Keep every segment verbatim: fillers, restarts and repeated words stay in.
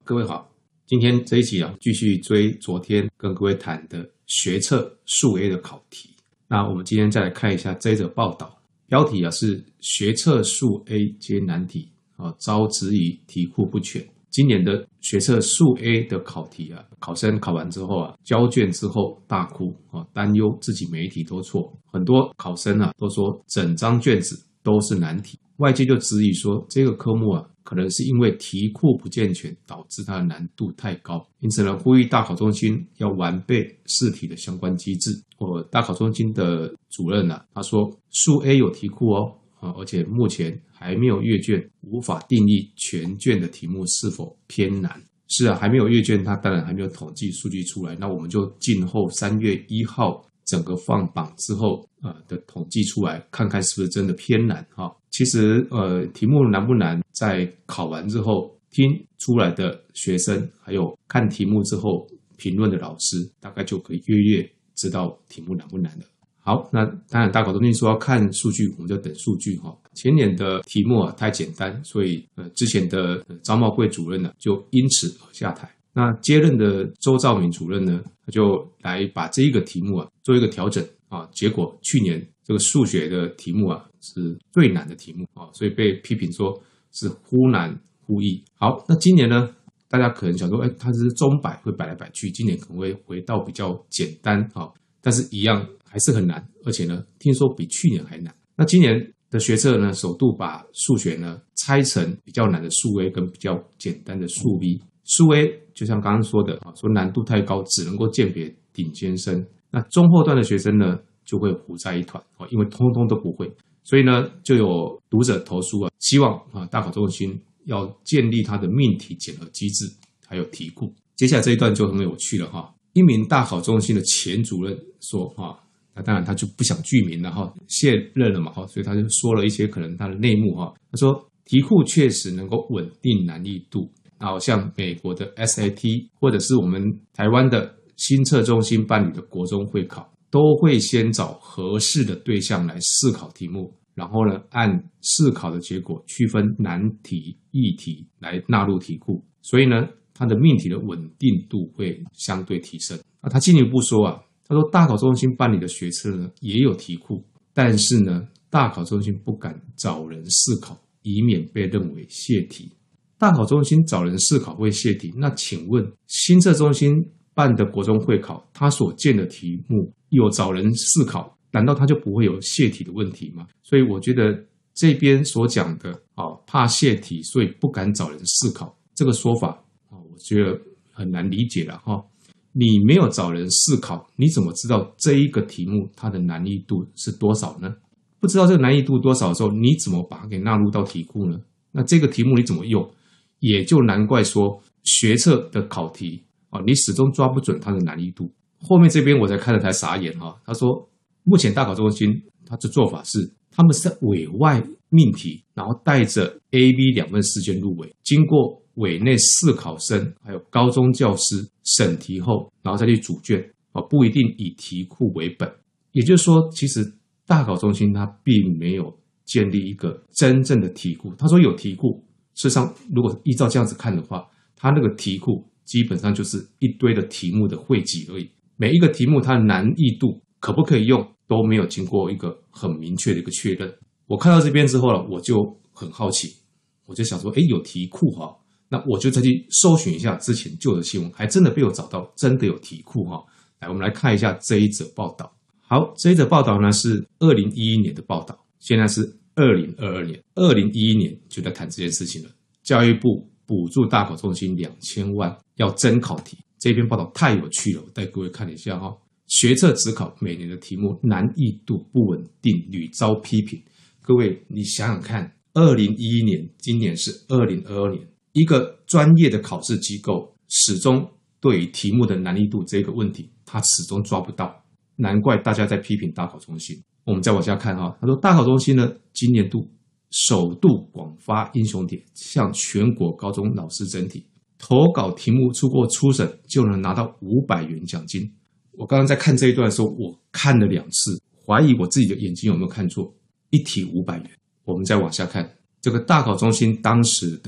各位好，今天这一集啊，继续追昨天跟各位谈的学测数 A 的考题。那我们今天再来看一下这一则报道，标题啊是学测数 A 皆难题啊，遭质疑题库不全。今年的学测数 A 的考题啊，考生考完之后啊，交卷之后大哭啊，担忧自己每一题都错。很多考生啊都说整张卷子都是难题，外界就质疑说这个科目啊，可能是因为题库不健全导致它的难度太高，因此呢，呼吁大考中心要完备试题的相关机制。我大考中心的主任啊，他说数 A 有题库哦，啊，而且目前还没有阅卷，无法定义全卷的题目是否偏难。是啊，还没有阅卷，他当然还没有统计数据出来，那我们就静候三月一号整个放榜之后呃的统计出来，看看是不是真的偏难哈、哦。其实呃题目难不难，在考完之后听出来的学生，还有看题目之后评论的老师，大概就可以约略知道题目难不难了。好，那当然大考中心说要看数据，我们就等数据哈、哦。前年的题目啊太简单，所以呃之前的张茂贵主任呢就因此而下台。那接任的周兆明主任呢，他就来把这一个题目啊做一个调整啊，结果去年这个数学的题目啊是最难的题目啊，所以被批评说是忽难忽易。好，那今年呢，大家可能想说，哎，它是钟摆会摆来摆去，今年可能会回到比较简单啊，但是一样还是很难，而且呢，听说比去年还难。那今年的学测呢，首度把数学呢拆成比较难的数 A 跟比较简单的数 B。数 A 就像刚刚说的啊，说难度太高，只能够鉴别顶尖生。那中后段的学生呢，就会糊在一团啊，因为通通都不会。所以呢，就有读者投诉啊，希望啊大考中心要建立它的命题检核机制，还有题库。接下来这一段就很有趣了哈。一名大考中心的前主任说哈，那当然他就不想具名了哈，卸任了嘛哈，所以他就说了一些可能他的内幕哈。他说题库确实能够稳定难易度。好像美国的 S A T 或者是我们台湾的新测中心办理的国中会考，都会先找合适的对象来试考题目，然后呢按试考的结果区分难题、易题来纳入题库，所以呢它的命题的稳定度会相对提升。啊，他进一步说啊，他说大考中心办理的学测呢也有题库，但是呢大考中心不敢找人试考，以免被认为泄题。大考中心找人试考会泄题，那请问新测中心办的国中会考，他所见的题目有找人试考，难道他就不会有泄题的问题吗？所以我觉得这边所讲的啊，怕泄题，所以不敢找人试考这个说法啊，我觉得很难理解了哈。你没有找人试考，你怎么知道这一个题目它的难易度是多少呢？不知道这个难易度多少的时候，你怎么把它给纳入到题库呢？那这个题目你怎么用？也就难怪说学测的考题啊，你始终抓不准它的难易度。后面这边我才看了才傻眼哈，他说目前大考中心他的做法是，他们是在委外命题，然后带着 A、B 两份试卷入围，经过委内试考生还有高中教师审题后，然后再去主卷啊，不一定以题库为本。也就是说，其实大考中心它并没有建立一个真正的题库。他说有题库。事实上，如果依照这样子看的话，它那个题库基本上就是一堆的题目的汇集而已。每一个题目它的难易度可不可以用，都没有经过一个很明确的一个确认。我看到这边之后了，我就很好奇，我就想说，诶，有题库哈，那我就再去搜寻一下之前旧的新闻，还真的被我找到，真的有题库哈。来，我们来看一下这一则报道。好，这一则报道呢是二零一一年的报道，现在是二零二二年，二零一一年就在谈这件事情了。教育部补助大考中心两千万要增考题，这篇报道太有趣了，我带各位看一下哈。学测指考每年的题目难易度不稳定，屡遭批评。各位你想想看，二零一一年，今年是二零二二年，一个专业的考试机构始终对于题目的难易度这个问题，他始终抓不到，难怪大家在批评大考中心。我们再往下看哈，他说大考中心呢，今年度首度广发英雄帖，向全国高中老师整体投稿题目出过初审就能拿到五百元奖金。我刚刚在看这一段的时候，我看了两次，怀疑我自己的眼睛有没有看错，一题五百元。我们再往下看，这个大考中心当时的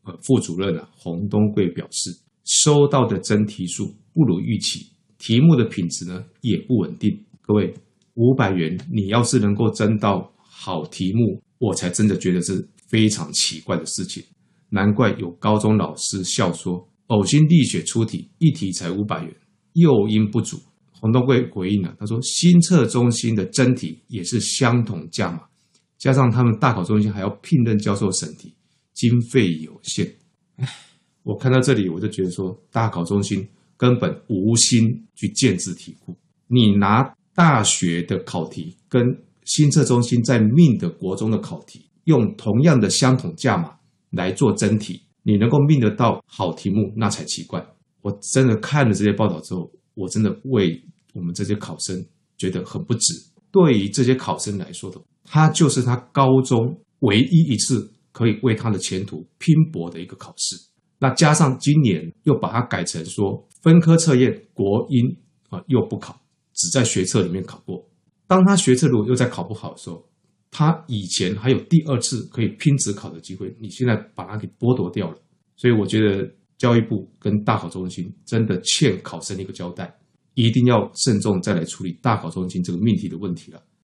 呃副主任啊洪东贵表示，收到的真题数不如预期，题目的品质呢也不稳定。各位，五百元你要是能够争到好题目，我才真的觉得是非常奇怪的事情。难怪有高中老师笑说，呕心沥血出题，一题才五百元，诱因不足。洪东贵回应了，他说新测中心的真题也是相同价码，加上他们大考中心还要聘任教授审题，经费有限。我看到这里我就觉得说，大考中心根本无心去建制题库。你拿大学的考题跟新测中心在命的国中的考题，用同样的相同价码来做真题，你能够命得到好题目，那才奇怪。我真的看了这些报道之后，我真的为我们这些考生觉得很不值。对于这些考生来说的，他就是他高中唯一一次可以为他的前途拼搏的一个考试。那加上今年又把它改成说分科测验国英啊又不考，只在学测里面考过。当他学测如果又再考不好的时候，他以前还有第二次可以拼指考的机会，你现在把它给剥夺掉了。所以我觉得教育部跟大考中心真的欠考生一个交代，一定要慎重再来处理大考中心这个命题的问题了。